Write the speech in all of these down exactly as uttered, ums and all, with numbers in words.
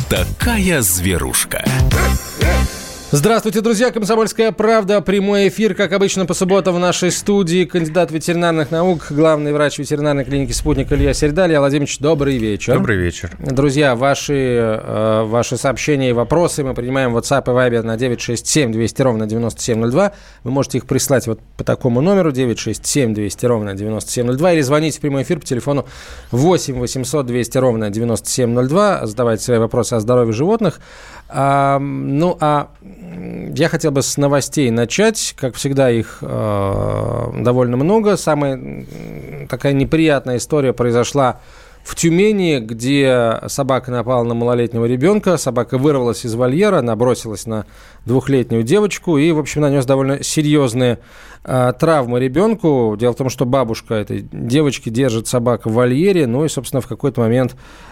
такая зверушка. Здравствуйте, друзья. «Комсомольская правда». Прямой эфир, как обычно, по субботам в нашей студии. Кандидат ветеринарных наук, главный врач ветеринарной клиники «Спутник» Илья Середаль. Илья Владимирович, добрый вечер. Добрый вечер. Друзья, ваши, э, ваши сообщения и вопросы мы принимаем в WhatsApp и Viber на девять шесть семь двести ровно девяносто семь ноль два. Вы можете их прислать вот по такому номеру девять шесть семь двести ровно девяносто семь ноль два или звоните в прямой эфир по телефону восемь восемьсот двести ровно девяносто семь ноль два. Задавайте свои вопросы о здоровье животных. А, ну, а я хотел бы с новостей начать. Как всегда, их э, довольно много. Самая такая неприятная история произошла в Тюмени, где собака напала на малолетнего ребенка. Собака вырвалась из вольера, набросилась на двухлетнюю девочку и, в общем, нанес довольно серьезные э, травмы ребенку. Дело в том, что бабушка этой девочки держит собаку в вольере, ну и, собственно, в какой-то момент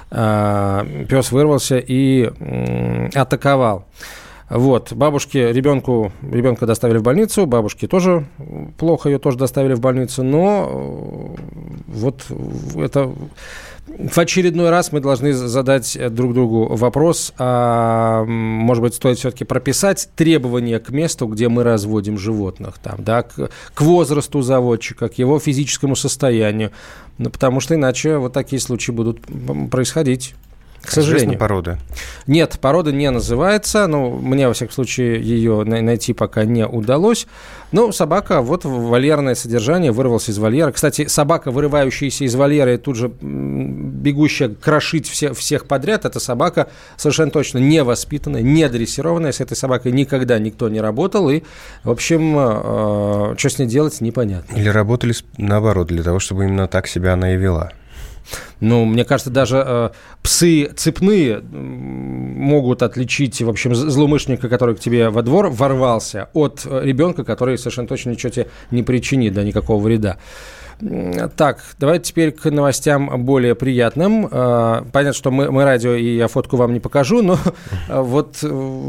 э, пес вырвался и э, атаковал. Вот, бабушке, ребенку, ребенка доставили в больницу, бабушке тоже плохо, ее тоже доставили в больницу, но вот это в очередной раз мы должны задать друг другу вопрос, а, может быть, стоит все-таки прописать требования к месту, где мы разводим животных, там, да, к, к возрасту заводчика, к его физическому состоянию, ну, потому что иначе вот такие случаи будут происходить. К сожалению. Известна порода? Нет, порода не называется. Ну, мне, во всяком случае, ее найти пока не удалось. Но собака, вот вольерное содержание, вырвался из вольера. Кстати, собака, вырывающаяся из вольера и тут же бегущая крошить все, всех подряд, это собака совершенно точно не воспитанная, не дрессированная. С этой собакой никогда никто не работал. И, в общем, э, что с ней делать, непонятно. Или работали наоборот, для того, чтобы именно так себя она и вела? Ну, мне кажется, даже э, псы цепные могут отличить, в общем, злоумышленника, который к тебе во двор ворвался, от ребенка, который совершенно точно ничего тебе не причинит, да, никакого вреда. Так, давайте теперь к новостям более приятным. Понятно, что мы, мы радио, и я фотку вам не покажу, но вот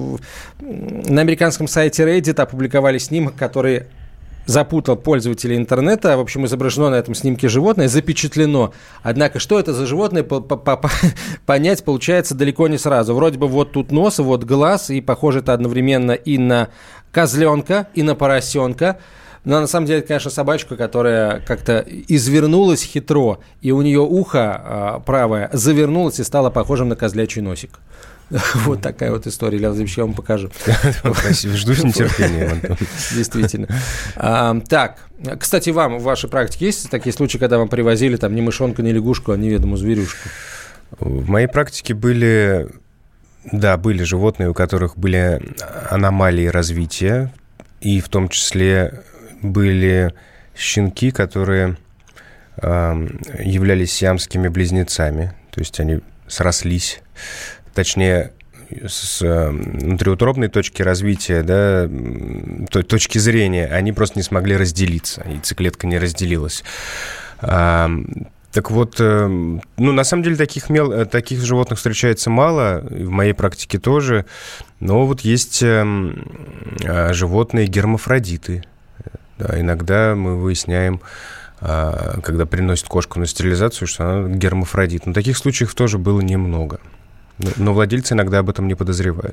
на американском сайте Reddit опубликовали снимок, который запутал пользователей интернета. В общем, изображено на этом снимке животное, запечатлено. Однако, что это за животное, понять получается далеко не сразу. Вроде бы вот тут нос, вот глаз, и похоже это одновременно и на козленка, и на поросенка. Но на самом деле, это, конечно, собачка, которая как-то извернулась хитро, и у нее ухо правое завернулось и стало похожим на козлячий носик. Вот такая вот история, Илья Владимирович, я вам покажу. Спасибо, жду с нетерпением, Антон. Действительно. А, так, кстати, вам в вашей практике есть такие случаи, когда вам привозили там не мышонка, не лягушку, а неведомую зверюшку? В моей практике были, да, были животные, у которых были аномалии развития, и в том числе были щенки, которые э, являлись сиамскими близнецами, то есть они срослись. Точнее, с внутриутробной точки развития, да, точки зрения, они просто не смогли разделиться, яйцеклетка не разделилась. А, так вот, ну, на самом деле, таких, мел... таких животных встречается мало, в моей практике тоже, но вот есть животные гермафродиты. Да, иногда мы выясняем, когда приносят кошку на стерилизацию, что она гермафродит. Но таких случаев тоже было немного. Но владельцы иногда об этом не подозревают.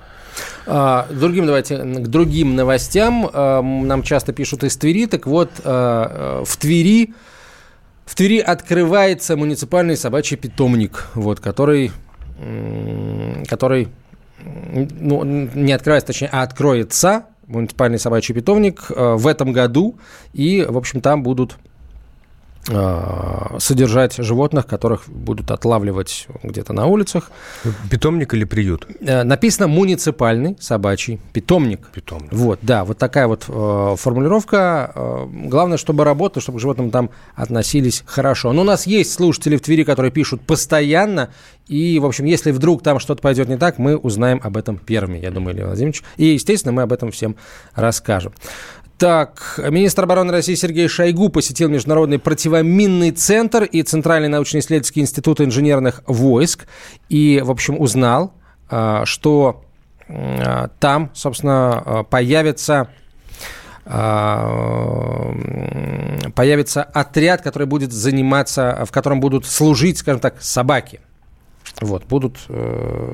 А, другим, давайте, к другим новостям. А, нам часто пишут из Твери. Так вот, а, в Твери, в Твери открывается муниципальный собачий питомник, вот, который, который ну, не открывается, точнее, а откроется муниципальный собачий питомник а, в этом году. И, в общем, там будут содержать животных, которых будут отлавливать где-то на улицах. Питомник или приют? Написано «муниципальный собачий питомник». Питомник. Вот, да, вот такая вот э, формулировка. Э, главное, чтобы работало, чтобы к животным там относились хорошо. Но у нас есть слушатели в Твери, которые пишут постоянно, и, в общем, если вдруг там что-то пойдет не так, мы узнаем об этом первыми, я думаю, Илья Владимирович. И, естественно, мы об этом всем расскажем. Так, министр обороны России Сергей Шойгу посетил Международный противоминный центр и Центральный научно-исследовательский институт инженерных войск и, в общем, узнал, что там, собственно, появится, появится отряд, который будет заниматься, в котором будут служить, скажем так, собаки. Вот, будут э,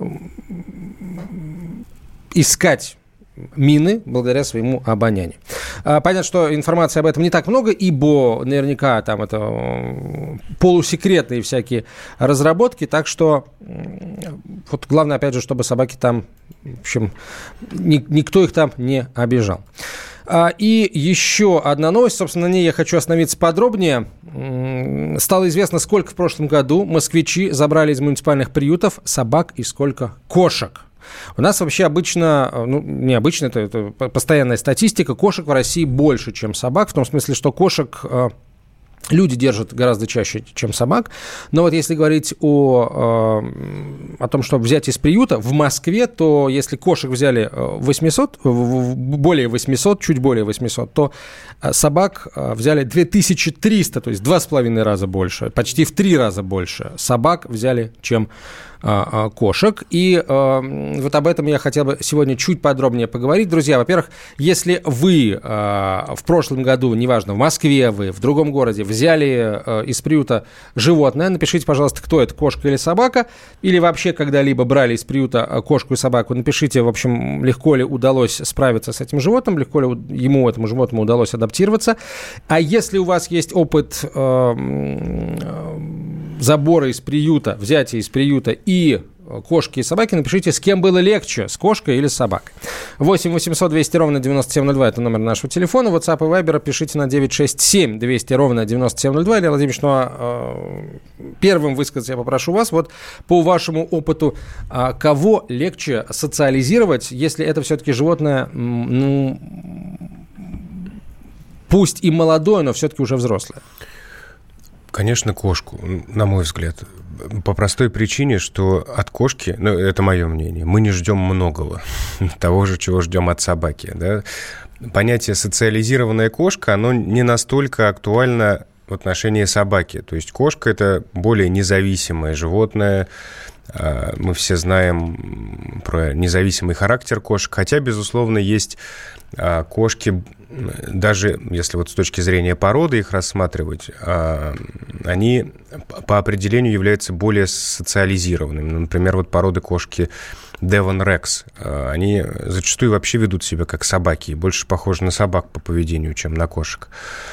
искать мины благодаря своему обонянию. Понятно, что информации об этом не так много, ибо наверняка там это полусекретные всякие разработки, так что вот главное, опять же, чтобы собаки там, в общем, ни, никто их там не обижал. И еще одна новость, собственно, на ней я хочу остановиться подробнее. Стало известно, сколько в прошлом году москвичи забрали из муниципальных приютов собак и сколько кошек. У нас вообще обычно, ну, не обычно, это, это постоянная статистика, кошек в России больше, чем собак, в том смысле, что кошек люди держат гораздо чаще, чем собак. Но вот если говорить о, о том, чтобы взять из приюта, в Москве, то если кошек взяли восемьсот, более восемьсот, чуть более восемьсот, то собак взяли две тысячи триста, то есть два с половиной раза больше, почти в три раза больше собак взяли, чем кошек. И э, вот об этом я хотел бы сегодня чуть подробнее поговорить. Друзья, во-первых, если вы э, в прошлом году, неважно, в Москве вы, в другом городе, взяли э, из приюта животное, напишите, пожалуйста, кто это, кошка или собака, или вообще когда-либо брали из приюта кошку и собаку, напишите, в общем, легко ли удалось справиться с этим животным, легко ли ему, этому животному удалось адаптироваться. А если у вас есть опыт э, забора из приюта, взятия из приюта и кошки и собаки, напишите, с кем было легче, с кошкой или с собакой. восемь восемьсот двести ровно девяносто семь ноль два, это номер нашего телефона. WhatsApp и Viber пишите на девять шесть семь двести ровно девяносто семь ноль два. Илья Владимирович, ну а э, первым высказать я попрошу вас, вот по вашему опыту, э, кого легче социализировать, если это все-таки животное, ну, пусть и молодое, но все-таки уже взрослое? Конечно, кошку, на мой взгляд. По простой причине, что от кошки, ну, это мое мнение, мы не ждем многого. Того же, чего ждем от собаки. Да? Понятие «социализированная кошка», оно не настолько актуально в отношении собаки. То есть кошка – это более независимое животное. Мы все знаем про независимый характер кошек. Хотя, безусловно, есть кошки, даже если вот с точки зрения породы их рассматривать, они по определению являются более социализированными. Например, вот породы кошки Devon Rex, они зачастую вообще ведут себя как собаки, и больше похожи на собак по поведению, чем на кошек.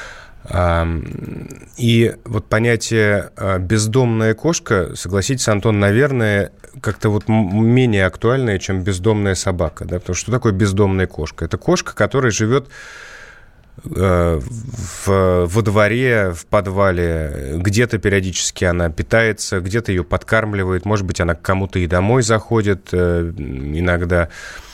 И вот понятие «бездомная кошка», согласитесь, Антон, наверное, как-то вот менее актуальное, чем «бездомная собака». Да? Потому что что такое бездомная кошка? Это кошка, которая живет в, во дворе, в подвале, где-то периодически она питается, где-то ее подкармливают, может быть, она к кому-то и домой заходит иногда.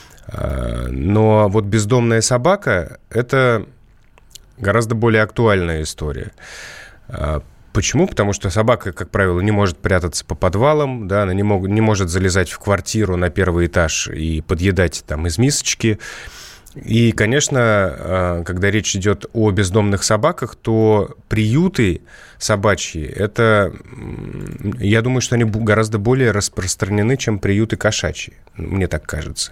Но вот бездомная собака – это гораздо более актуальная история. Почему? Потому что собака, как правило, не может прятаться по подвалам, да, она не, мог, не может залезать в квартиру на первый этаж и подъедать там из мисочки. И, конечно, когда речь идет о бездомных собаках, то приюты собачьи, это, я думаю, что они гораздо более распространены, чем приюты кошачьи. Мне так кажется.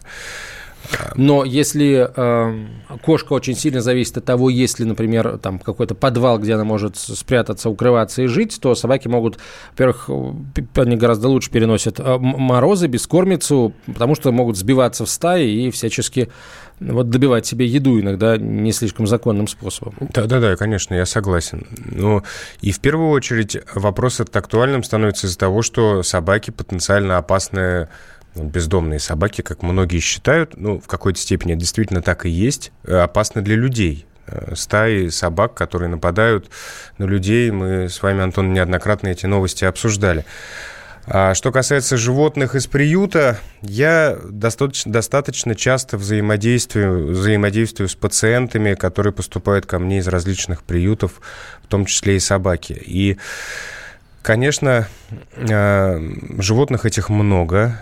Но если э, кошка очень сильно зависит от того, есть ли, например, там какой-то подвал, где она может спрятаться, укрываться и жить, то собаки могут, во-первых, они гораздо лучше переносят морозы, бескормицу, потому что могут сбиваться в стаи и всячески вот добивать себе еду иногда не слишком законным способом. Да-да-да, конечно, я согласен. Но и в первую очередь вопрос этот актуальным становится из-за того, что собаки потенциально опасные, бездомные собаки, как многие считают, ну, в какой-то степени это действительно так и есть, опасны для людей. Стаи собак, которые нападают на людей, мы с вами, Антон, неоднократно эти новости обсуждали. А что касается животных из приюта, я достаточно, достаточно часто взаимодействую, взаимодействую с пациентами, которые поступают ко мне из различных приютов, в том числе и собаки. И конечно, животных этих много,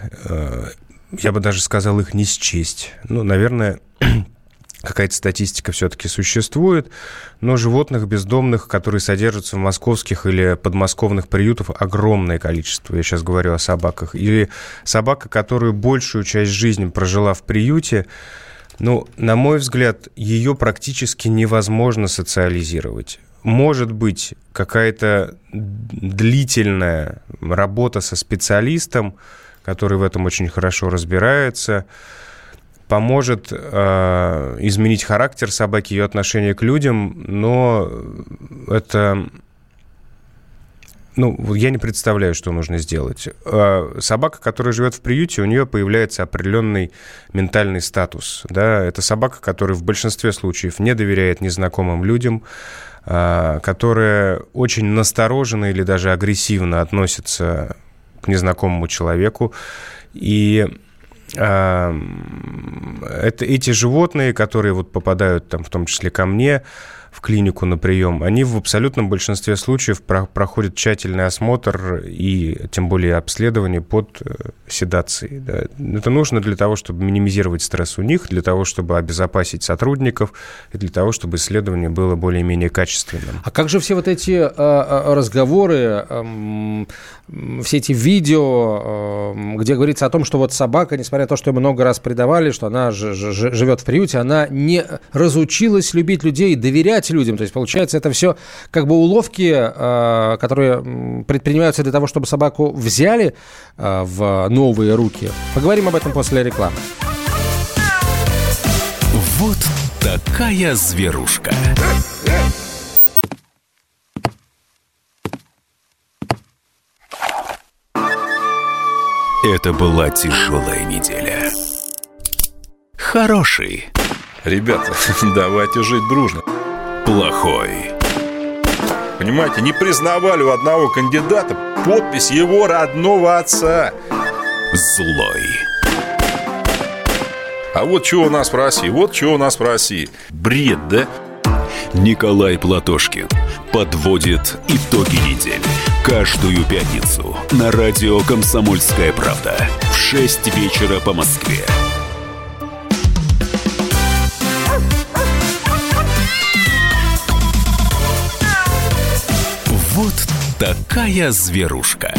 я бы даже сказал, их не счесть. Ну, наверное, какая-то статистика все-таки существует, но животных бездомных, которые содержатся в московских или подмосковных приютах, огромное количество. Я сейчас говорю о собаках. Или собака, которую большую часть жизни прожила в приюте, ну, на мой взгляд, ее практически невозможно социализировать. может быть какая-то длительная работа со специалистом, который в этом очень хорошо разбирается, поможет э, изменить характер собаки, ее отношение к людям, но это... Ну, я не представляю, что нужно сделать. Собака, которая живет в приюте, у нее появляется определенный ментальный статус. Да? Это собака, которая в большинстве случаев не доверяет незнакомым людям, которая очень настороженно или даже агрессивно относится к незнакомому человеку. И это, эти животные, которые вот попадают, там, в том числе ко мне, в клинику на прием, они в абсолютном большинстве случаев про- проходят тщательный осмотр и тем более обследование под седацией. Да. Это нужно для того, чтобы минимизировать стресс у них, для того, чтобы обезопасить сотрудников и для того, чтобы исследование было более-менее качественным. А как же все вот эти э, разговоры, э, все эти видео, э, где говорится о том, что вот собака, несмотря на то, что ее много раз предавали, что она ж- ж- живет в приюте, она не разучилась любить людей и доверять людям. То есть, получается, это все как бы уловки, э, которые предпринимаются для того, чтобы собаку взяли э, в новые руки. Поговорим об этом после рекламы. Вот такая зверушка. Это была тяжелая неделя. Хороший. Ребята, давайте жить дружно. Плохой. Понимаете, не признавали у одного кандидата подпись его родного отца. Злой. А вот что у нас в России, вот что у нас в России. Бред, да? Николай Платошкин подводит итоги недели. Каждую пятницу на радио «Комсомольская правда» в шесть вечера по Москве. Вот такая зверушка.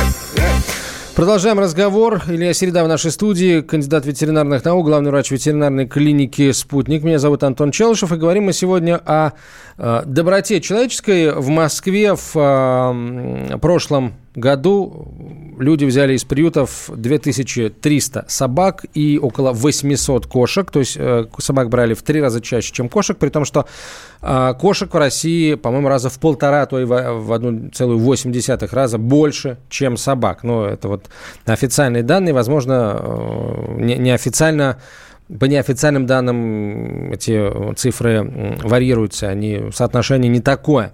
Продолжаем разговор. Илья Середа в нашей студии, кандидат ветеринарных наук, главный врач ветеринарной клиники «Спутник». Меня зовут Антон Челышев, и говорим мы сегодня о э, доброте человеческой. В Москве в э, прошлом году люди взяли из приютов две тысячи триста собак и около восемьсот кошек. То есть э, собак брали в три раза чаще, чем кошек, при том, что э, кошек в России, по-моему, раза в полтора, а то и в, в одну целую восемь десятых раза больше, чем собак. Но это вот официальные данные, возможно, э, не, неофициально. По неофициальным данным эти цифры варьируются, они, соотношение не такое.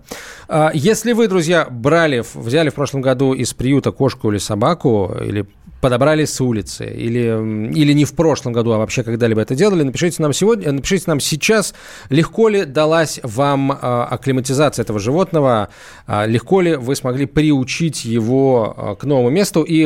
Если вы, друзья, брали, взяли в прошлом году из приюта кошку или собаку, или подобрали с улицы, или, или не в прошлом году, а вообще когда-либо это делали, напишите нам сегодня, напишите нам сейчас, легко ли далась вам а, акклиматизация этого животного, а, легко ли вы смогли приучить его а, к новому месту, и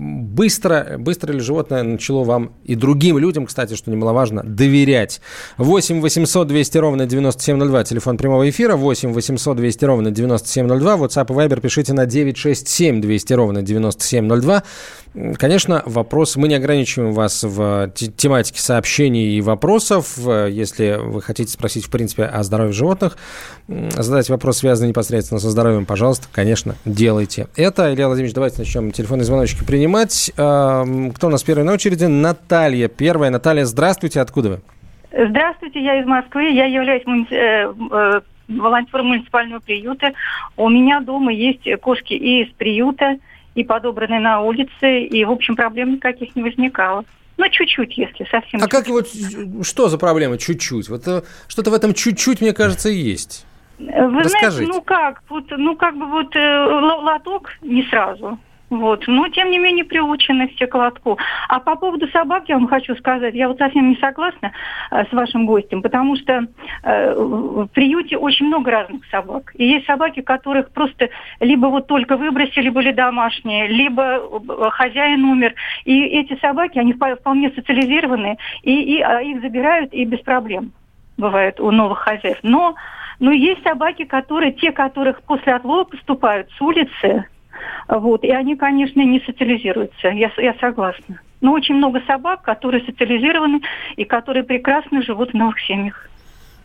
быстро, быстро ли животное начало вам и другим людям, кстати, что немаловажно, доверять. восемь восемьсот двести ровно девяносто семь ноль два, телефон прямого эфира, восемь восемьсот двести ровно девяносто семь ноль два, WhatsApp и Viber пишите на девять шесть семь двести ровно девяносто семь ноль два. Конечно, вопрос, мы не ограничиваем вас в тематике сообщений и вопросов. Если вы хотите спросить, в принципе, о здоровье животных, задать вопрос, связанный непосредственно со здоровьем, пожалуйста, конечно, делайте это. Илья Владимирович, давайте начнем телефонные звоночки принимать. Кто у нас первый на очереди? Наталья первая. Наталья, здравствуйте, откуда вы? Здравствуйте, я из Москвы, я являюсь муници... э, волонтером муниципального приюта. У меня дома есть кошки и из приюта, и подобранные на улице, и, в общем, проблем никаких не возникало. Ну, чуть-чуть, если совсем. А чуть-чуть. как вот, что за проблема чуть-чуть? Вот что-то в этом чуть-чуть, мне кажется, и есть. Вы Расскажите. знаете, ну как, вот, ну как бы вот лоток не сразу. Вот. Но, тем не менее, приучены все к лотку. А по поводу собак я вам хочу сказать, я вот совсем не согласна э, с вашим гостем, потому что э, в приюте очень много разных собак. И есть собаки, которых просто либо вот только выбросили, были домашние, либо хозяин умер. И эти собаки, они вполне социализированные, и, и а их забирают, и без проблем бывает у новых хозяев. Но, но есть собаки, которые, те, которых после отлова поступают с улицы, вот, и они, конечно, не социализируются, я, я согласна. Но очень много собак, которые социализированы и которые прекрасно живут в новых семьях.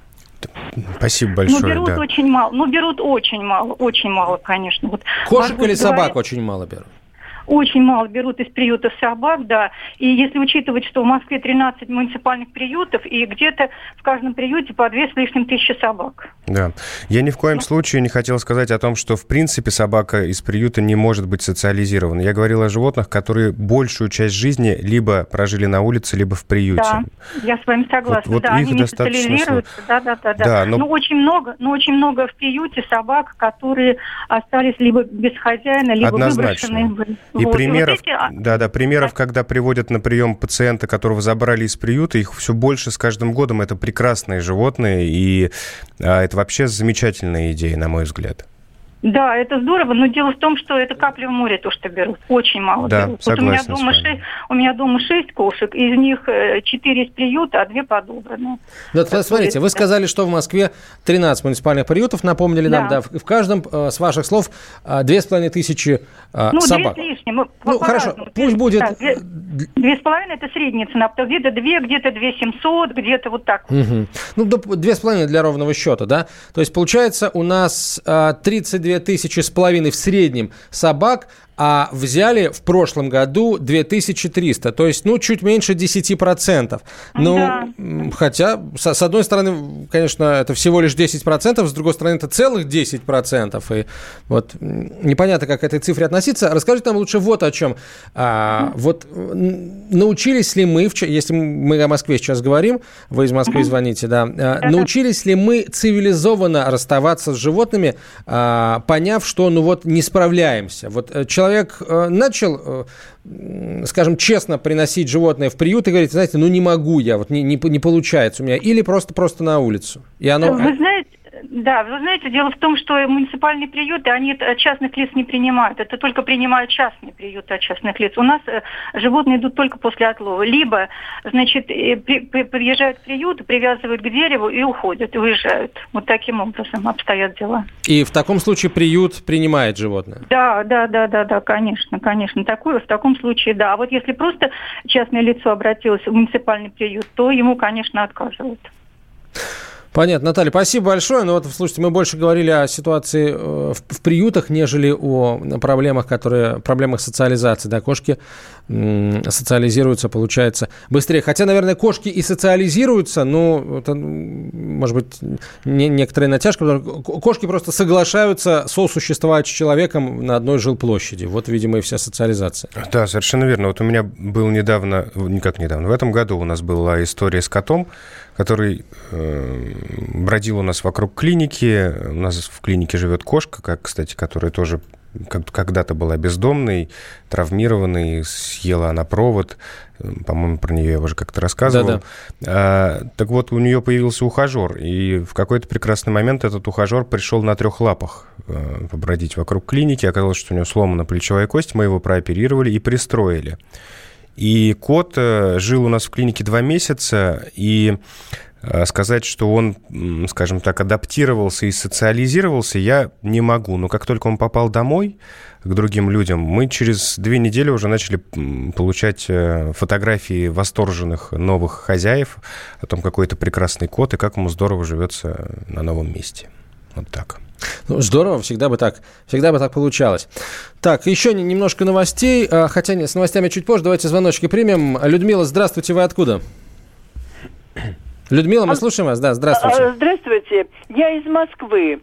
Спасибо большое. Ну, берут да. очень мало. Ну, берут очень мало. Очень мало, конечно. Вот Кошек или собак говорит, очень мало берут? Очень мало берут из приютов собак, да. И если учитывать, что в Москве тринадцать муниципальных приютов, и где-то в каждом приюте по две с лишним тысячи собак. Да. Я ни в коем случае не хотел сказать о том, что в принципе собака из приюта не может быть социализирована. Я говорил о животных, которые большую часть жизни либо прожили на улице, либо в приюте. Да, я с вами согласна. Вот, вот да, их они не достаточно социализируются. Да, да, да, да. да но... но очень много, но очень много в приюте собак, которые остались либо без хозяина, либо Однозначно. выброшены. И вот. примеров, и вот эти... да, да, примеров, да. когда приводят на прием пациента, которого забрали из приюта, их все больше с каждым годом. Это прекрасные животные, и а, это вообще замечательная идея, на мой взгляд. Да, это здорово, но дело в том, что это капля в море, то, что берут. Очень мало да, берут. Вот у меня, дома шесть, у меня дома шесть кошек, из них четыре из приюта, а две подобраны. Да, смотрите, вы сказали, что в Москве тринадцать муниципальных приютов, напомнили да. нам, да, в каждом, с ваших слов, две с половиной тысячи ну, собак. Ну, две с лишним. Ну, хорошо, пусть будет... Да, две, две с половиной – это средняя цена, где-то две, где-то две семьсот, где-то вот так. Угу. Ну, две с половиной для ровного счета, да? То есть, получается, у нас тридцать две тысячи с половиной в среднем собак, а взяли в прошлом году две тысячи триста, то есть, ну, чуть меньше десять процентов. Ну, да. Хотя, с, с одной стороны, конечно, это всего лишь десять процентов, с другой стороны, это целых десять процентов, и вот непонятно, как к этой цифре относиться. Расскажите нам лучше вот о чем. А, вот научились ли мы, если мы о Москве сейчас говорим, вы из Москвы звоните, да, а, научились ли мы цивилизованно расставаться с животными, а, поняв, что, ну, вот, не справляемся? Вот человек Человек э, начал, э, скажем, честно приносить животное в приют и говорит, знаете, ну не могу я, вот не, не, не получается у меня, или просто-просто на улицу. И оно... Вы знаете, да, вы знаете, дело в том, что муниципальные приюты, они частных лиц не принимают. Это только принимают частные приюты от частных лиц. У нас животные идут только после отлова. Либо, значит, при, при, приезжают к приюту, привязывают к дереву и уходят, и уезжают. Вот таким образом обстоят дела. И в таком случае приют принимает животное? Да, да, да, да, да, конечно, конечно. Такое, в таком случае, да. А вот если просто частное лицо обратилось в муниципальный приют, то ему, конечно, отказывают. Понятно, Наталья, спасибо большое. Но вот, слушайте, мы больше говорили о ситуации в, в приютах, нежели о проблемах, которые, проблемах социализации. Да, кошки м- социализируются, получается, быстрее. Хотя, наверное, кошки и социализируются, но это, может быть, не, некоторая натяжка. Потому что кошки просто соглашаются сосуществовать с человеком на одной жилплощади. Вот, видимо, и вся социализация. Да, совершенно верно. Вот у меня был недавно, никак недавно, в этом году у нас была история с котом, который э, бродил у нас вокруг клиники. У нас в клинике живет кошка, как, кстати, которая тоже когда-то была бездомной, травмированной, съела она провод. По-моему, про нее я уже как-то рассказывал. Да-да. А, так вот, у нее появился ухажер, и в какой-то прекрасный момент этот ухажер пришел на трех лапах э, побродить вокруг клиники. Оказалось, что у него сломана плечевая кость, мы его прооперировали и пристроили. И кот жил у нас в клинике два месяца, и сказать, что он, скажем так, адаптировался и социализировался, я не могу. Но как только он попал домой к другим людям, мы через две недели уже начали получать фотографии восторженных новых хозяев о том, какой это прекрасный кот и как ему здорово живется на новом месте. Вот так. Ну, здорово, всегда бы так, всегда бы так получалось. Так, еще немножко новостей, хотя нет, с новостями чуть позже. Давайте звоночки примем. Людмила, здравствуйте, вы откуда? Людмила, мы слушаем вас. Да, здравствуйте. Здравствуйте, я из Москвы.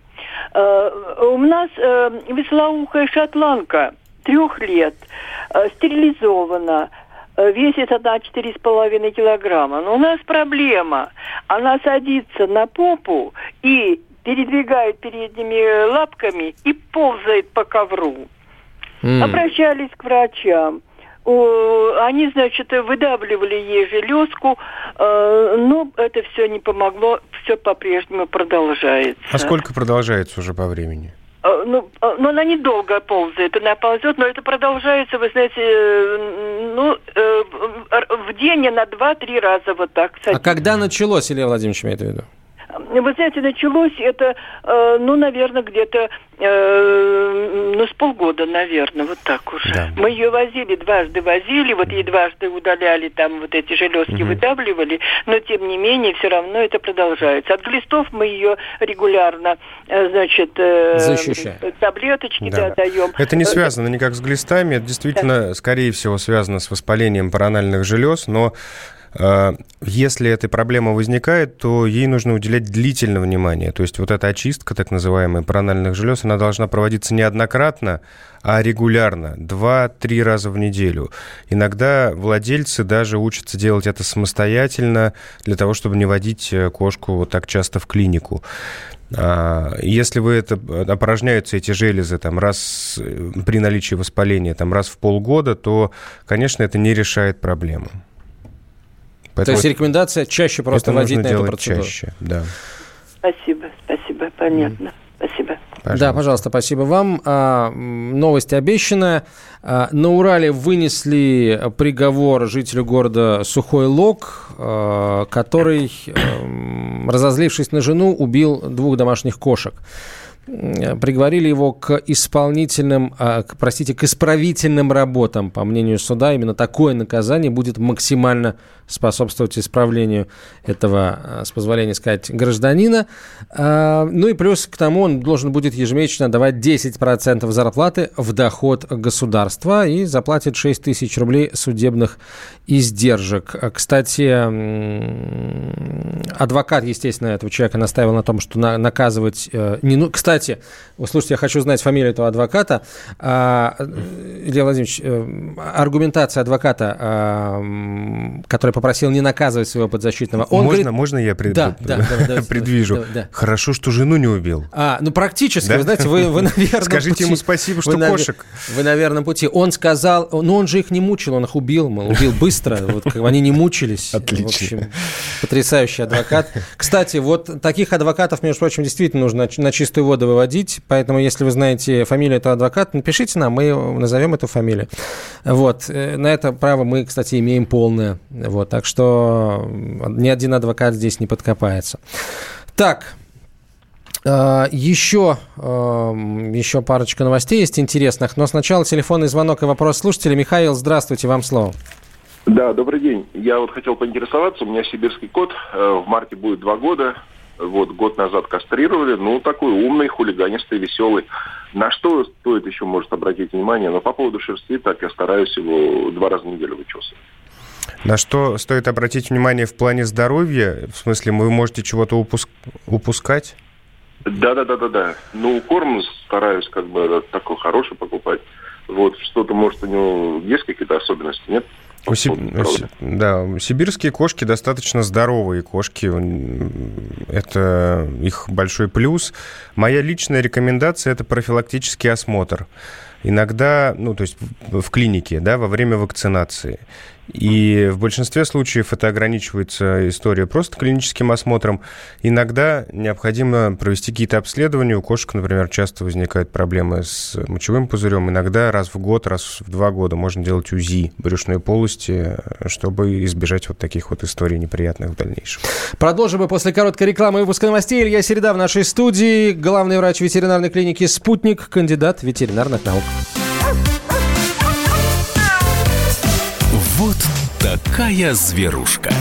У нас веслоухая шотландка, трех лет, стерилизована. Весит она четыре с половиной килограмма. Но у нас проблема. Она садится на попу и передвигает передними лапками и ползает по ковру. Mm. Обращались к врачам. Они, значит, выдавливали ей железку, но это все не помогло, все по-прежнему продолжается. А сколько продолжается уже по времени? Ну, ну, она недолго ползает, она ползет, но это продолжается, вы знаете, ну, в день на два-три раза вот так. А когда началось, Илья Владимирович имеет в виду? Вы знаете, началось это, э, ну, наверное, где-то э, ну, с полгода, наверное, вот так уже. Да. Мы ее возили, дважды возили, вот ей дважды удаляли там вот эти железки, угу. выдавливали, но тем не менее все равно это продолжается. От глистов мы ее регулярно, э, значит, э, защищаем. Таблеточки да. Да, даем. Это не связано никак с глистами, это действительно, да. скорее всего, связано с воспалением паранальных желез, но если эта проблема возникает, то ей нужно уделять длительное внимание. То есть вот эта очистка, так называемая, паранальных желез, она должна проводиться не однократно, а регулярно, два-три раза в неделю. Иногда владельцы даже учатся делать это самостоятельно, для того, чтобы не водить кошку вот так часто в клинику. Если вы это, опорожняются эти железы там, раз при наличии воспаления там, раз в полгода, то, конечно, это не решает проблему. Поэтому то есть рекомендация чаще просто водить на эту процедуру. Чаще, да. Спасибо, спасибо, понятно. Mm. Спасибо. Пожалуйста. Да, пожалуйста, спасибо вам. А, новость обещанная. А, на Урале вынесли приговор жителю города Сухой Лог, а, который, а, разозлившись на жену, убил двух домашних кошек. Приговорили его к исполнительным, простите, к исправительным работам. По мнению суда, именно такое наказание будет максимально способствовать исправлению этого, с позволения сказать, гражданина. Ну и плюс к тому он должен будет ежемесячно давать десять процентов зарплаты в доход государства и заплатит шесть тысяч рублей судебных издержек. Кстати, адвокат, естественно, этого человека настаивал на том, что наказывать не нужно. Кстати, вы слушайте, я хочу знать фамилию этого адвоката. Илья Владимирович, аргументация адвоката, который попросил не наказывать своего подзащитного. Он можно, говорит... можно я пред... да, да, да, да, предвижу? Да, да. Хорошо, что жену не убил. А, ну практически, да? Вы знаете, вы, вы на верном Скажите пути. ему спасибо, что вы кошек. На, вы на верном пути. Он сказал, ну он же их не мучил, он их убил, мол, убил быстро, вот, как они не мучились. Отлично. В общем, потрясающий адвокат. Кстати, вот таких адвокатов, между прочим, действительно нужно на чистую воду выводить, поэтому, если вы знаете фамилию этого адвоката, напишите нам, мы назовем эту фамилию. Вот. На это право мы, кстати, имеем полное. Вот. Так что ни один адвокат здесь не подкопается. Так, еще, еще парочка новостей есть интересных, но сначала телефонный звонок и вопрос слушателя. Михаил, здравствуйте, вам слово. Да, добрый день. Я вот хотел поинтересоваться, у меня сибирский кот, в марте будет два года. Вот, год назад кастрировали, ну, такой умный, хулиганистый, веселый. На что стоит еще, может, обратить внимание? Но по поводу шерсти, так я стараюсь его два раза в неделю вычесывать. На что стоит обратить внимание в плане здоровья? В смысле, вы можете чего-то упуск... упускать? Да-да-да-да-да. Ну, корм стараюсь как бы такой хороший покупать. Вот, что-то, может, у него есть какие-то особенности, нет? У Сиб... Да, сибирские кошки достаточно здоровые кошки. Это их большой плюс. Моя личная рекомендация – это профилактический осмотр. Иногда, ну, то есть в клинике, да, во время вакцинации. И в большинстве случаев это ограничивается история просто клиническим осмотром. Иногда необходимо провести какие-то обследования. У кошек, например, часто возникают проблемы с мочевым пузырем. Иногда раз в год, раз в два года можно делать УЗИ брюшной полости, чтобы избежать вот таких вот историй неприятных в дальнейшем. Продолжим мы после короткой рекламы и выпуска новостей. Илья Середа в нашей студии, главный врач ветеринарной клиники «Спутник», кандидат ветеринарных наук. Вот такая зверушка.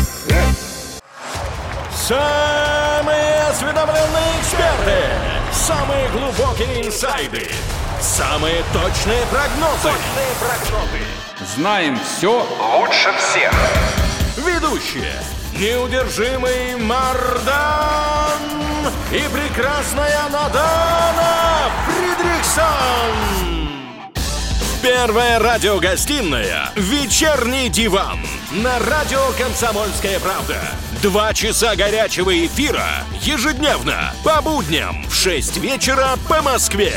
Самые осведомленные эксперты, самые глубокие инсайды, самые точные прогнозы. Точные прогнозы. Знаем все лучше всех. Ведущие: неудержимый Мардан и прекрасная Надана Фридрихсон. Первая радиогостинная «Вечерний диван» на радио «Комсомольская правда». Два часа горячего эфира ежедневно по будням в шесть вечера по Москве.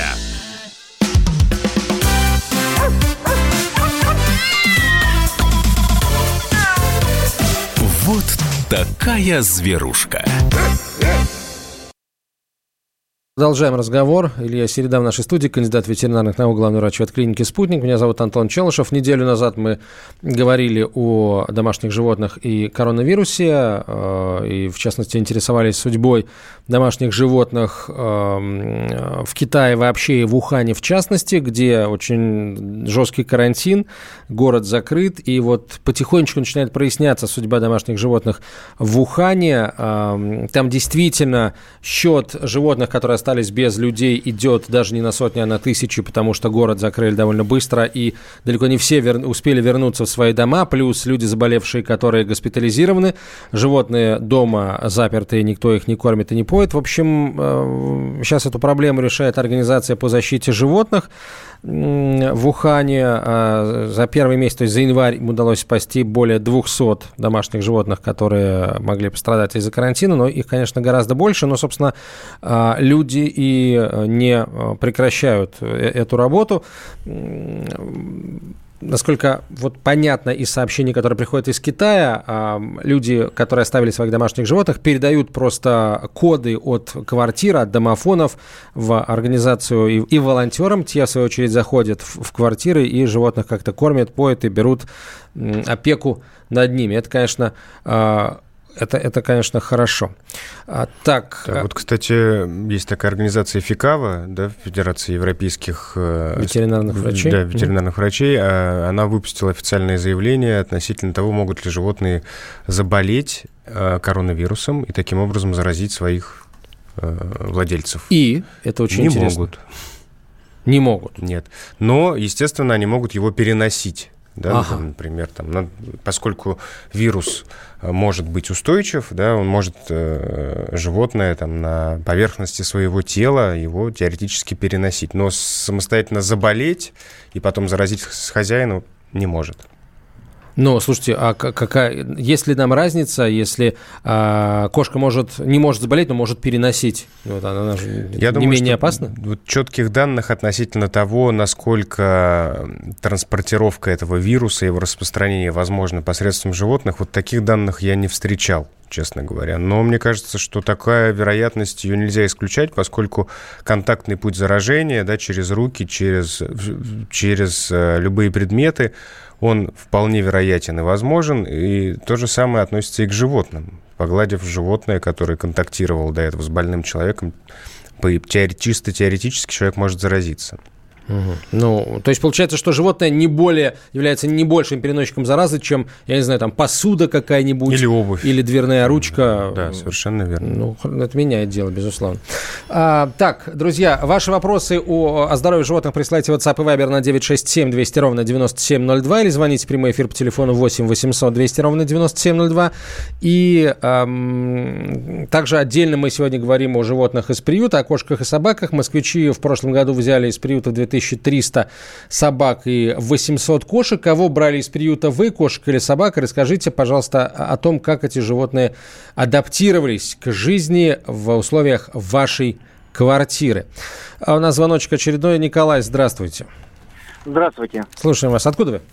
Вот такая зверушка. Продолжаем разговор. Илья Середа в нашей студии, кандидат ветеринарных наук, главный врач ветклиники «Спутник». Меня зовут Антон Челышев. Неделю назад мы говорили о домашних животных и коронавирусе, и, в частности, интересовались судьбой домашних животных в Китае вообще и в Ухане в частности, где очень жесткий карантин, город закрыт, и вот потихонечку начинает проясняться судьба домашних животных в Ухане. Там действительно счет животных, которые остались остались без людей, идет даже не на сотни, а на тысячи, потому что город закрыли довольно быстро, и далеко не все вер... успели вернуться в свои дома, плюс люди, заболевшие, которые госпитализированы, животные дома запертые, никто их не кормит и не поет. В общем, сейчас эту проблему решает Организация по защите животных в Ухане. За первый месяц, то есть за январь, им удалось спасти более двухсот домашних животных, которые могли пострадать из-за карантина, но их, конечно, гораздо больше, но, собственно, люди и не прекращают эту работу. Насколько вот понятно из сообщений, которые приходят из Китая, люди, которые оставили своих домашних животных, передают просто коды от квартир, от домофонов в организацию и, и волонтерам. Те, в свою очередь, заходят в, в квартиры и животных как-то кормят, поят и берут опеку над ними. Это, конечно, Это, это, конечно, хорошо. А, так, да, вот, кстати, есть такая организация ФИКАВА, да, Федерация европейских ветеринарных врачей. Да, ветеринарных mm-hmm. врачей. Она выпустила официальное заявление относительно того, могут ли животные заболеть коронавирусом и таким образом заразить своих владельцев. И это очень Не интересно. могут. Не могут. Нет. Но, естественно, они могут его переносить. Да, ага. например, там, поскольку вирус может быть устойчив, да, он может э, животное там, на поверхности своего тела его теоретически переносить, но самостоятельно заболеть и потом заразить хозяина не может. Но, слушайте, а какая, есть ли нам разница, если а, кошка может, не может заболеть, но может переносить? Вот она же Я не думаю, менее что опасна? Вот четких данных относительно того, насколько транспортировка этого вируса, его распространение возможно посредством животных, вот таких данных я не встречал, честно говоря. Но мне кажется, что такая вероятность, ее нельзя исключать, поскольку контактный путь заражения, да, через руки, через, через любые предметы, он вполне вероятен и возможен, и то же самое относится и к животным. Погладив животное, которое контактировало до этого с больным человеком, чисто теоретически человек может заразиться. Угу. Ну, то есть получается, что животное не более, является не большим переносчиком заразы, чем, я не знаю, там, посуда какая-нибудь. Или обувь. Или дверная ручка. Да, совершенно верно. Ну, это меняет дело, безусловно. А, так, друзья, ваши вопросы о, о здоровье животных присылайте в WhatsApp и Viber на девять шесть семь двести ровно девяносто семь ноль два или звоните в прямой эфир по телефону восемь восемьсот двести ровно девяносто семь ноль два. И эм, также отдельно мы сегодня говорим о животных из приюта, о кошках и собаках. Москвичи в прошлом году взяли из приюта две тысячи триста собак и восемьсот кошек. Кого брали из приюта вы, кошек или собак? Расскажите, пожалуйста, о том, как эти животные адаптировались к жизни в условиях вашей квартиры. А у нас звоночек очередной. Николай, здравствуйте. Здравствуйте. Слушаем вас. Откуда вы?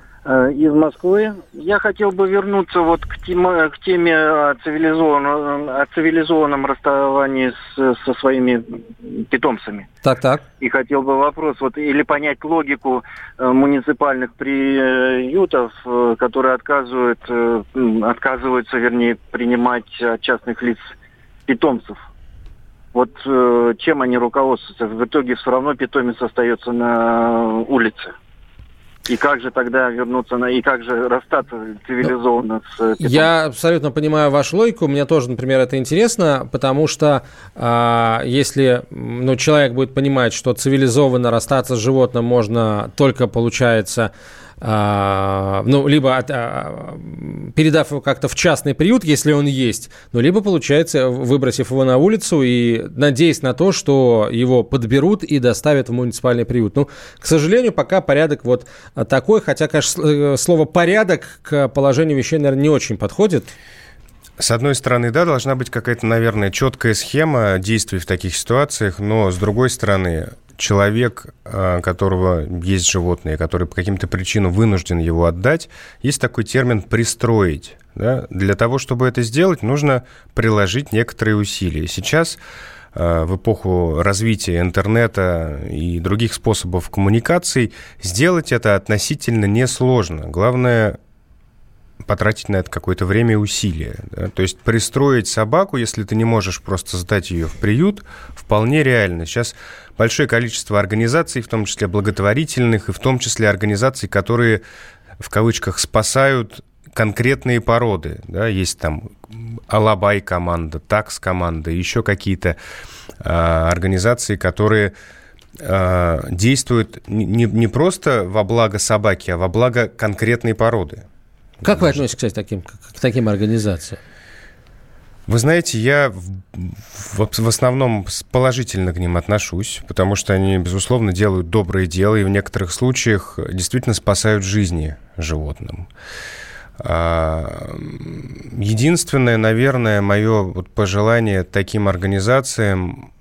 Из Москвы. Я хотел бы вернуться вот к теме, к теме о цивилизованном, о цивилизованном расставании с, со своими питомцами. Так, так. И хотел бы вопрос, вот, или понять логику э, муниципальных приютов, э, которые отказывают, э, отказываются, вернее, принимать от частных лиц питомцев. Вот э, чем они руководствуются? В итоге все равно питомец остается на улице. И как же тогда вернуться на... И как же расстаться цивилизованно с питомцем? Я абсолютно понимаю вашу логику. Мне тоже, например, это интересно, потому что а, если ну, человек будет понимать, что цивилизованно расстаться с животным можно только, получается... А, ну, либо от, а, передав его как-то в частный приют, если он есть, ну, либо, получается, выбросив его на улицу и надеясь на то, что его подберут и доставят в муниципальный приют. Ну, к сожалению, пока порядок вот такой, хотя, конечно, слово «порядок» к положению вещей, наверное, не очень подходит. С одной стороны, да, должна быть какая-то, наверное, четкая схема действий в таких ситуациях, но, с другой стороны... Человек, у которого есть животное, который по каким-то причинам вынужден его отдать, есть такой термин «пристроить». Да? Для того, чтобы это сделать, нужно приложить некоторые усилия. Сейчас в эпоху развития интернета и других способов коммуникаций, сделать это относительно несложно. Главное потратить на это какое-то время и усилия. Да? То есть пристроить собаку, если ты не можешь просто сдать ее в приют, вполне реально. Сейчас большое количество организаций, в том числе благотворительных, и в том числе организаций, которые, в кавычках, спасают конкретные породы. Да? Есть там Алабай-команда, Такс-команда, еще какие-то а, организации, которые а, действуют не, не просто во благо собаки, а во благо конкретной породы. Как вы относитесь, кстати, к таким, к таким организациям? Вы знаете, я в, в, в основном положительно к ним отношусь, потому что они, безусловно, делают доброе дело и в некоторых случаях действительно спасают жизни животным. Единственное, наверное, мое вот пожелание таким организациям,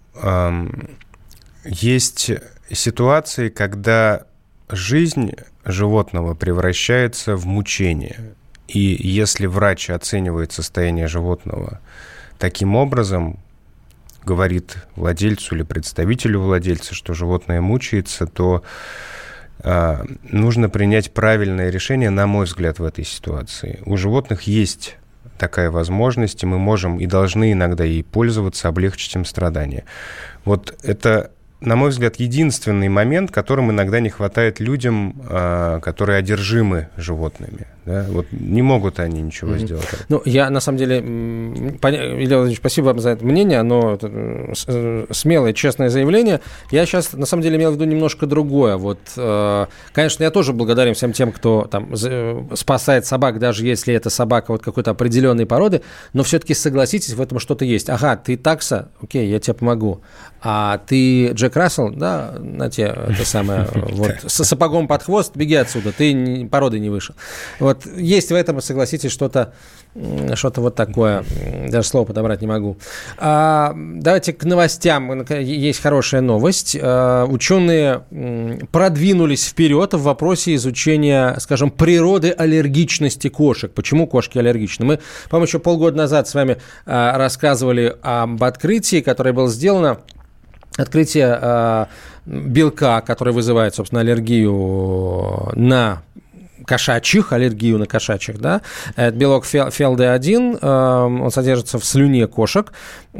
есть ситуации, когда жизнь животного превращается в мучение. И если врач оценивает состояние животного таким образом, говорит владельцу или представителю владельца, что животное мучается, то а, нужно принять правильное решение, на мой взгляд, в этой ситуации. У животных есть такая возможность, и мы можем и должны иногда ей пользоваться, облегчить им страдания. Вот это, на мой взгляд, единственный момент, которым иногда не хватает людям, которые одержимы животными. Да? Вот не могут они ничего mm-hmm. сделать. Ну, я, на самом деле, Илья Владимирович, спасибо вам за это мнение, оно смелое, честное заявление. Я сейчас, на самом деле, имел в виду немножко другое. Вот, конечно, я тоже благодарен всем тем, кто там спасает собак, даже если это собака вот какой-то определенной породы, но все-таки согласитесь, в этом что-то есть. Ага, ты такса, окей, я тебе помогу. А ты Джек Рассел, да, на те, это самое, вот, с сапогом под хвост, беги отсюда, ты породы не вышел. Вот есть в этом, согласитесь, что-то, что-то вот такое, даже слово подобрать не могу. А, давайте к новостям. Есть хорошая новость. А, ученые продвинулись вперед в вопросе изучения, скажем, природы аллергичности кошек. Почему кошки аллергичны? Мы, по-моему, еще полгода назад с вами а, рассказывали об открытии, которое было сделано. Открытие э, белка, который вызывает, собственно, аллергию на кошачьих, аллергию на кошачьих, да, это белок эф эл ди один, э, он содержится в слюне кошек,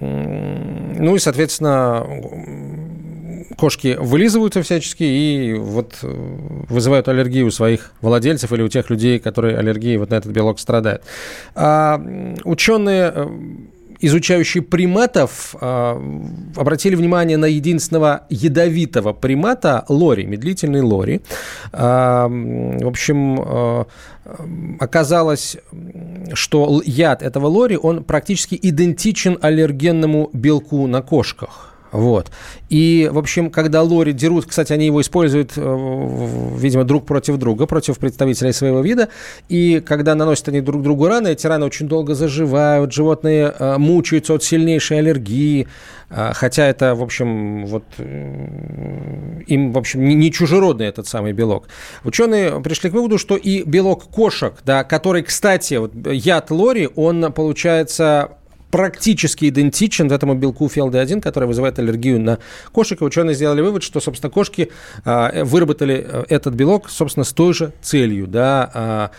ну и, соответственно, кошки вылизываются всячески и вот вызывают аллергию у своих владельцев или у тех людей, которые аллергией вот на этот белок страдают. А ученые, изучающие приматов, обратили внимание на единственного ядовитого примата лори, медлительный лори. В общем, оказалось, что яд этого лори, он практически идентичен аллергенному белку на кошках. Вот. И, в общем, когда лори дерут, кстати, они его используют, видимо, друг против друга, против представителей своего вида, и когда наносят они друг другу раны, эти раны очень долго заживают, животные мучаются от сильнейшей аллергии, хотя это, в общем, вот им, в общем, не чужеродный этот самый белок. Ученые пришли к выводу, что и белок кошек, да, который, кстати, вот яд лори, он, получается, практически идентичен этому белку эф эл ди один, который вызывает аллергию на кошек. И ученые сделали вывод, что, собственно, кошки а, выработали этот белок, собственно, с той же целью, да, а,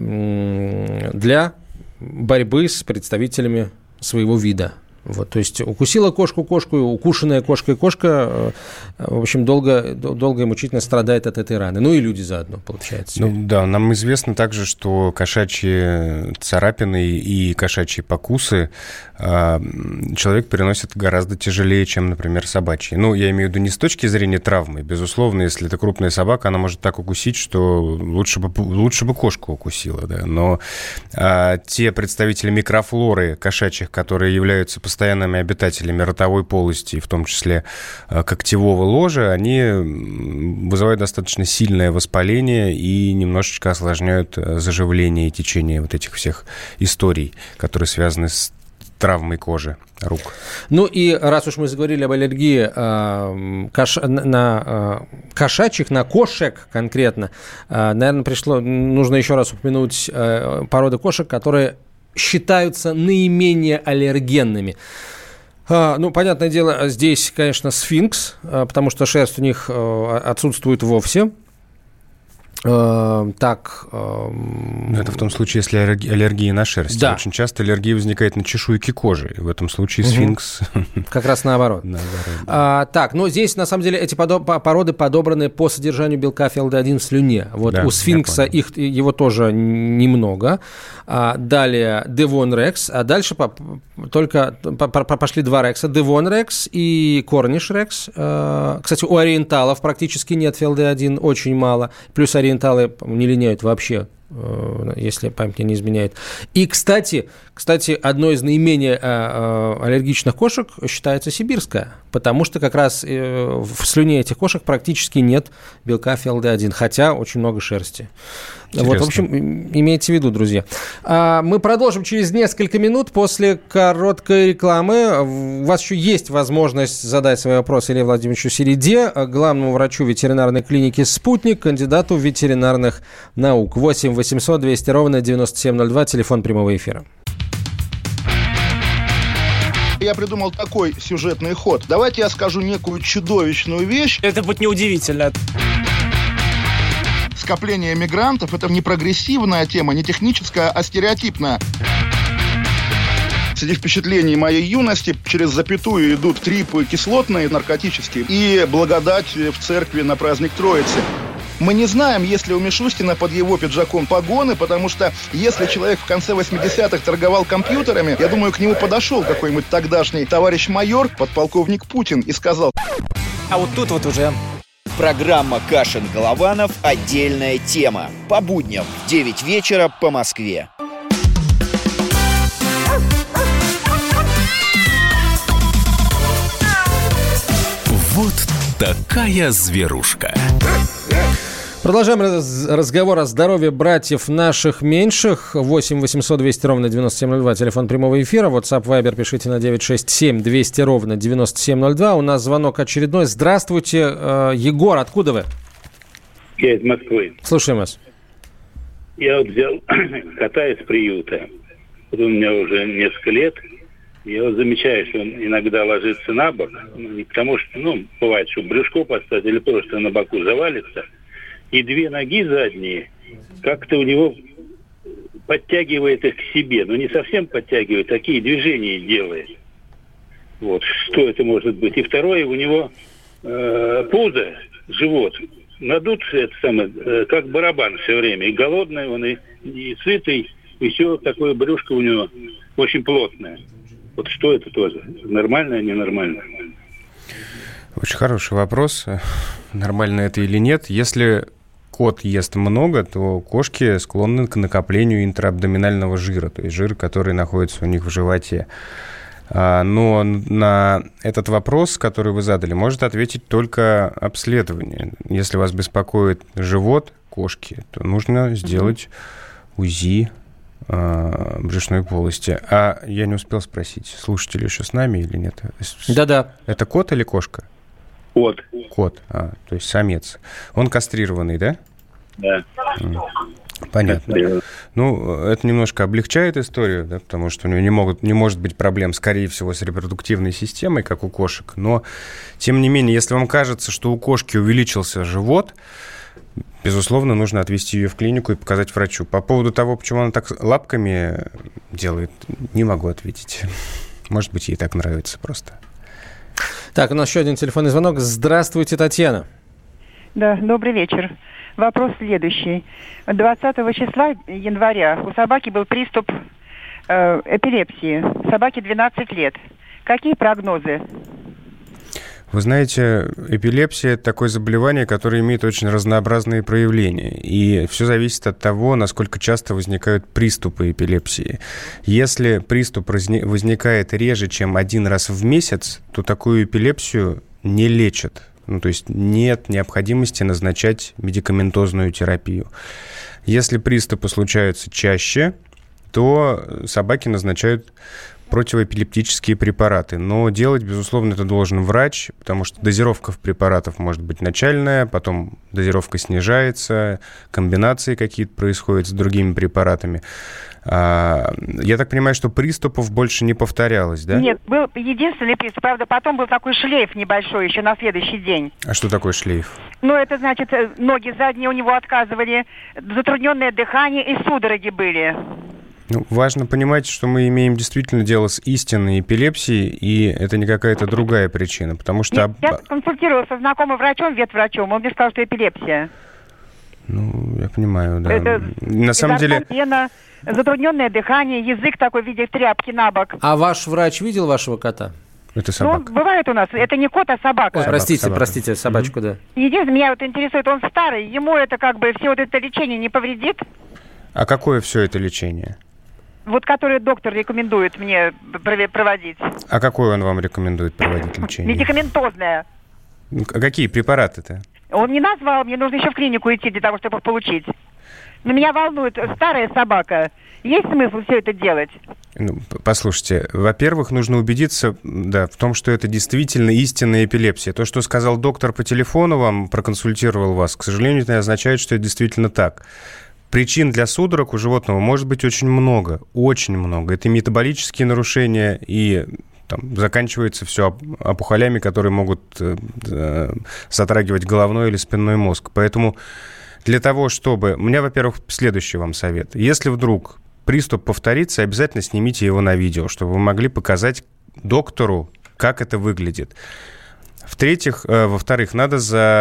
для борьбы с представителями своего вида. Вот, то есть укусила кошку кошку, укушенная кошка и кошка, в общем, долго, долго и мучительно страдает от этой раны. Ну и люди заодно, получается. Ну да, нам известно также, что кошачьи царапины и кошачьи покусы а, человек переносит гораздо тяжелее, чем, например, собачьи. Ну, я имею в виду не с точки зрения травмы. Безусловно, если это крупная собака, она может так укусить, что лучше бы, лучше бы кошку укусила. Да? Но а, те представители микрофлоры кошачьих, которые являются постоянными обитателями ротовой полости, в том числе когтевого ложа, они вызывают достаточно сильное воспаление и немножечко осложняют заживление и течение вот этих всех историй, которые связаны с травмой кожи рук. Ну и раз уж мы заговорили об аллергии э, кош... на э, кошачьих, на кошек конкретно, э, наверное, пришло, нужно еще раз упомянуть э, породы кошек, которые считаются наименее аллергенными. А, ну, понятное дело, здесь, конечно, сфинкс, потому что шерсть у них отсутствует вовсе. Так. Это в том случае, если аллергия на шерсть. Да. Очень часто аллергия возникает на чешуйки кожи. В этом случае сфинкс... Как раз наоборот. наоборот да. а, так, ну здесь, на самом деле, эти породы подобраны по содержанию белка эф эл дэ один в слюне. Вот да, у сфинкса их, его тоже немного. А, далее Devon Rex. А дальше по, только по, по, пошли два рекса. Devon Rex и Cornish Rex. А, кстати, у ориенталов практически нет эф эл дэ один, очень мало. Плюс ориенталы не линяют вообще, если память не изменяет. И, кстати, кстати, одной из наименее аллергичных кошек считается сибирская, потому что как раз в слюне этих кошек практически нет белка эф эл дэ один, хотя очень много шерсти. Интересно. Вот, в общем, имейте в виду, друзья. Мы продолжим через несколько минут после короткой рекламы. У вас еще есть возможность задать свои вопросы Илье Владимировичу Середе, главному врачу ветеринарной клиники «Спутник», кандидату ветеринарных наук. восемь восемьсот двести ровно девяносто семь ноль два, телефон прямого эфира. Я придумал такой сюжетный ход. Давайте я скажу некую чудовищную вещь. Это будет неудивительно. Скопление мигрантов – это не прогрессивная тема, не техническая, а стереотипная. Среди впечатлений моей юности через запятую идут трипы кислотные, наркотические, и благодать в церкви на праздник Троицы. Мы не знаем, есть ли у Мишустина под его пиджаком погоны, потому что если человек в конце восьмидесятых торговал компьютерами, я думаю, к нему подошел какой-нибудь тогдашний товарищ майор, подполковник Путин, и сказал: а вот тут вот уже... Программа «Кашин-Голованов. Отдельная тема». По будням в девять вечера по Москве. Вот такая зверушка. Продолжаем раз- разговор о здоровье братьев наших меньших. восемь восемьсот двести ровно девяносто семь ноль два, телефон прямого эфира. WhatsApp, Viber пишите на девять шесть семь двести ровно девяносто семь ноль два. У нас звонок очередной. Здравствуйте, Егор, откуда вы? Я из Москвы. Слушаем вас. Я вот взял кота из приюта. Вот у меня уже несколько лет. Я вот замечаю, что он иногда ложится на бок. Ну, не потому что, ну, бывает, что брюшко поставить или просто на боку завалится. И две ноги задние как-то у него подтягивает их к себе. Но не совсем подтягивает, такие движения делает. Вот, что это может быть. И второе, у него э, пузо, живот, надут, это самое, э, как барабан все время. И голодный он, и, и сытый, и все такое брюшко у него очень плотное. Вот что это тоже? Нормально, ненормально? Очень хороший вопрос. Нормально это или нет? Если кот ест много, то кошки склонны к накоплению интраабдоминального жира, то есть жир, который находится у них в животе. Но на этот вопрос, который вы задали, может ответить только обследование. Если вас беспокоит живот кошки, то нужно сделать УЗИ брюшной полости. А я не успел спросить, слушатели еще с нами или нет? Да-да. Это кот или кошка? Кот. Кот, а, то есть самец. Он кастрированный, да? Да. Понятно. Ну, это немножко облегчает историю, да, потому что у него не, могут, не может быть проблем, скорее всего, с репродуктивной системой, как у кошек. Но, тем не менее, если вам кажется, что у кошки увеличился живот, безусловно, нужно отвезти ее в клинику и показать врачу. По поводу того, почему она так лапками делает, не могу ответить. Может быть, ей так нравится просто. Так, у нас еще один телефонный звонок. Здравствуйте, Татьяна. Да, добрый вечер. Вопрос следующий. двадцатого числа января у собаки был приступ э, эпилепсии. Собаке двенадцать лет. Какие прогнозы? Вы знаете, эпилепсия – это такое заболевание, которое имеет очень разнообразные проявления. И все зависит от того, насколько часто возникают приступы эпилепсии. Если приступ возникает реже, чем один раз в месяц, то такую эпилепсию не лечат. Ну, то есть нет необходимости назначать медикаментозную терапию. Если приступы случаются чаще, то собаке назначают противоэпилептические препараты. Но делать, безусловно, это должен врач, потому что дозировка препаратов может быть начальная, потом дозировка снижается, комбинации какие-то происходят с другими препаратами. Я так понимаю, что приступов больше не повторялось, да? Нет, был единственный приступ. Правда, потом был такой шлейф небольшой еще на следующий день. А что такое шлейф? Ну, это значит, ноги задние у него отказывали, затрудненное дыхание и судороги были. Ну, важно понимать, что мы имеем действительно дело с истинной эпилепсией, и это не какая-то другая причина, потому что... Нет, я консультировалась со знакомым врачом, ветврачом, он мне сказал, что эпилепсия. Ну, я понимаю, да. Это на самом деле... Пена, затрудненное дыхание, язык такой в виде тряпки на бок. А ваш врач видел вашего кота? Это собака. Ну, бывает у нас. Это не кот, а собака. Ой, простите, собака. простите, собачку, mm-hmm. да. Единственное, меня вот интересует, он старый, ему это как бы все вот это лечение не повредит? А какое все это лечение? Вот которое доктор рекомендует мне проводить. А какое он вам рекомендует проводить лечение? Медикаментозное. А какие препараты-то? Он не назвал, мне нужно еще в клинику идти для того, чтобы их получить. Но меня волнует старая собака. Есть смысл все это делать? Ну, послушайте, во-первых, нужно убедиться, да, в том, что это действительно истинная эпилепсия. То, что сказал доктор по телефону, вам проконсультировал вас, к сожалению, это не означает, что это действительно так. Причин для судорог у животного может быть очень много, очень много. Это метаболические нарушения и там, заканчивается все опухолями, которые могут э, затрагивать головной или спинной мозг. Поэтому для того, чтобы... У меня, во-первых, следующий вам совет. Если вдруг приступ повторится, обязательно снимите его на видео, чтобы вы могли показать доктору, как это выглядит. В-третьих, э, во-вторых, надо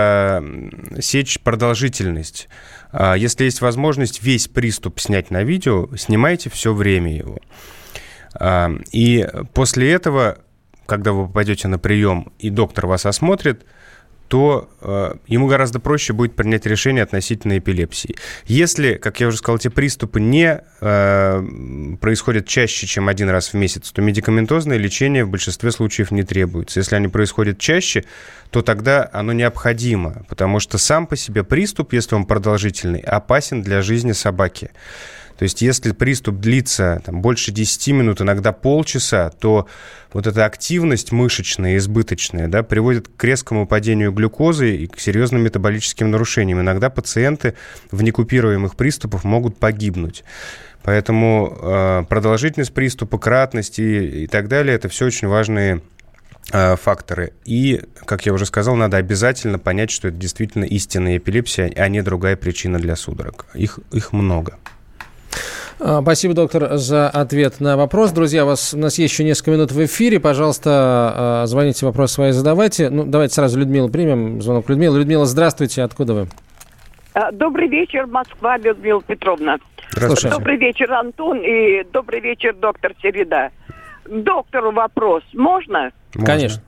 засечь продолжительность. Э, если есть возможность весь приступ снять на видео, снимайте все время его. Э, и после этого, когда вы попадете на прием и доктор вас осмотрит, то э, ему гораздо проще будет принять решение относительно эпилепсии. Если, как я уже сказал, эти приступы не э, происходят чаще, чем один раз в месяц, то медикаментозное лечение в большинстве случаев не требуется. Если они происходят чаще, то тогда оно необходимо, потому что сам по себе приступ, если он продолжительный, опасен для жизни собаки. То есть если приступ длится там, больше десяти минут, иногда полчаса, то вот эта активность мышечная, избыточная, да, приводит к резкому падению глюкозы и к серьезным метаболическим нарушениям. Иногда пациенты в некупируемых приступах могут погибнуть. Поэтому э, продолжительность приступа, кратность и, и так далее – это все очень важные э, факторы. И, как я уже сказал, надо обязательно понять, что это действительно истинная эпилепсия, а не другая причина для судорог. Их, их много. Спасибо, доктор, за ответ на вопрос. Друзья, у, вас, у нас есть еще несколько минут в эфире. Пожалуйста, звоните, вопросы свои задавайте. Ну, давайте сразу Людмилу примем. Звонок Людмилы. Людмила, здравствуйте. Откуда вы? Добрый вечер, Москва, Людмила Петровна. Здравствуйте. Добрый вечер, Антон, и добрый вечер, доктор Середа. К доктору вопрос. Можно? Конечно.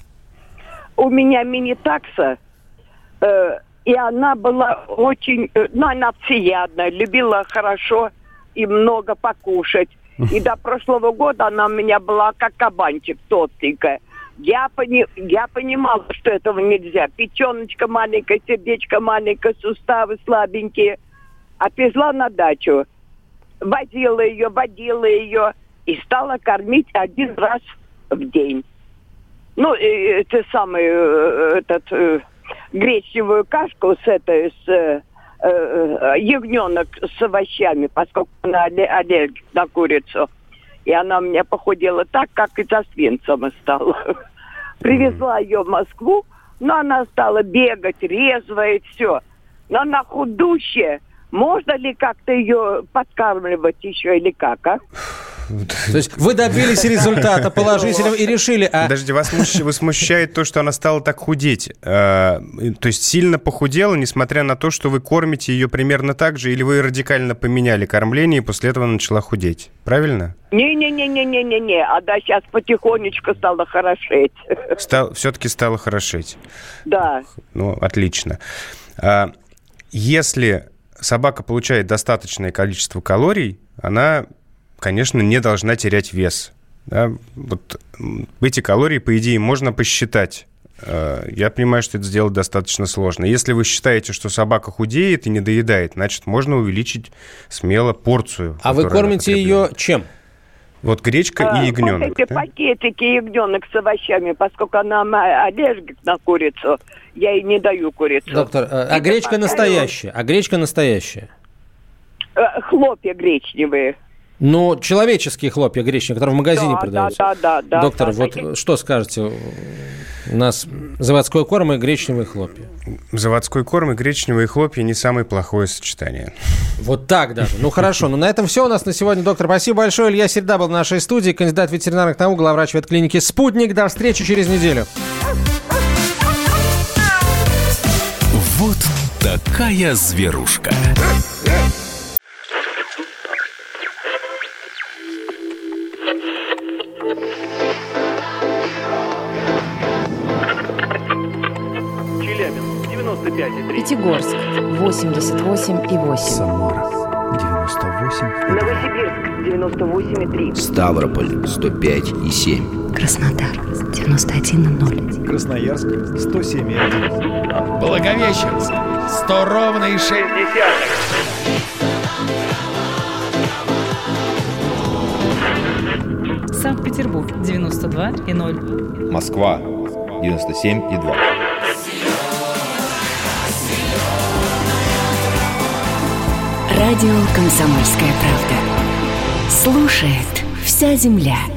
У меня мини-такса, э, и она была очень... Э, ну, она всеядная, любила хорошо и много покушать. И до прошлого года она у меня была как кабанчик, толстенькая. Я, пони, я понимала, что этого нельзя. Печеночка маленькая, сердечко маленькое, суставы слабенькие. Отвезла на дачу. Возила ее, водила ее. И стала кормить один раз в день. Ну, это самый, этот, гречневую кашку с этой, с... ягненок с овощами, поскольку она аллергик на курицу. И она у меня похудела так, как и за свинцем стала. Привезла ее в Москву, но она стала бегать, резвая и все. Но она худущая. Можно ли как-то ее подкармливать еще или как, а? То есть вы добились результата положительного и решили... А... Подождите, вас смущает то, что она стала так худеть. То есть сильно похудела, несмотря на то, что вы кормите ее примерно так же, или вы радикально поменяли кормление, и после этого она начала худеть. Правильно? Не-не-не-не-не-не-не. А да, сейчас потихонечку стала хорошеть. Стал, все-таки стала хорошеть. Да. Ну, отлично. Если собака получает достаточное количество калорий, она... конечно, не должна терять вес. Да? Вот эти калории, по идее, можно посчитать. Я понимаю, что это сделать достаточно сложно. Если вы считаете, что собака худеет и не доедает, значит, можно увеличить смело порцию. А вы кормите ее чем? Вот гречка а, и ягненок. Вот эти да? пакетики ягненок с овощами, поскольку она аллергик на курицу, я ей не даю курицу. Доктор, а, а гречка настоящая? А гречка настоящая? Хлопья гречневые. Ну, человеческие хлопья гречневые, которые в магазине да, продаются. Да, да, да. Доктор, да, вот такие... что скажете? У нас заводской корм и гречневые хлопья. Заводской корм и гречневые хлопья не самое плохое сочетание. Вот так даже. Ну, хорошо. Ну, на этом все у нас на сегодня, доктор. Спасибо большое. Илья Середа был в нашей студии, кандидат ветеринарных наук, главврач ветклиники «Спутник». До встречи через неделю. Вот такая зверушка. Пятигорск восемьдесят восемь и восемь. Самара девяносто восемь. Новосибирск девяносто восемь и три. Ставрополь сто пять и семь. Краснодар девяносто один и ноль. Красноярск сто семь и один. Благовещенск сто ровно и шесть десятых. Санкт-Петербург девяносто два и ноль. Москва девяносто семь и два. Радио «Комсомольская правда». Слушает вся земля.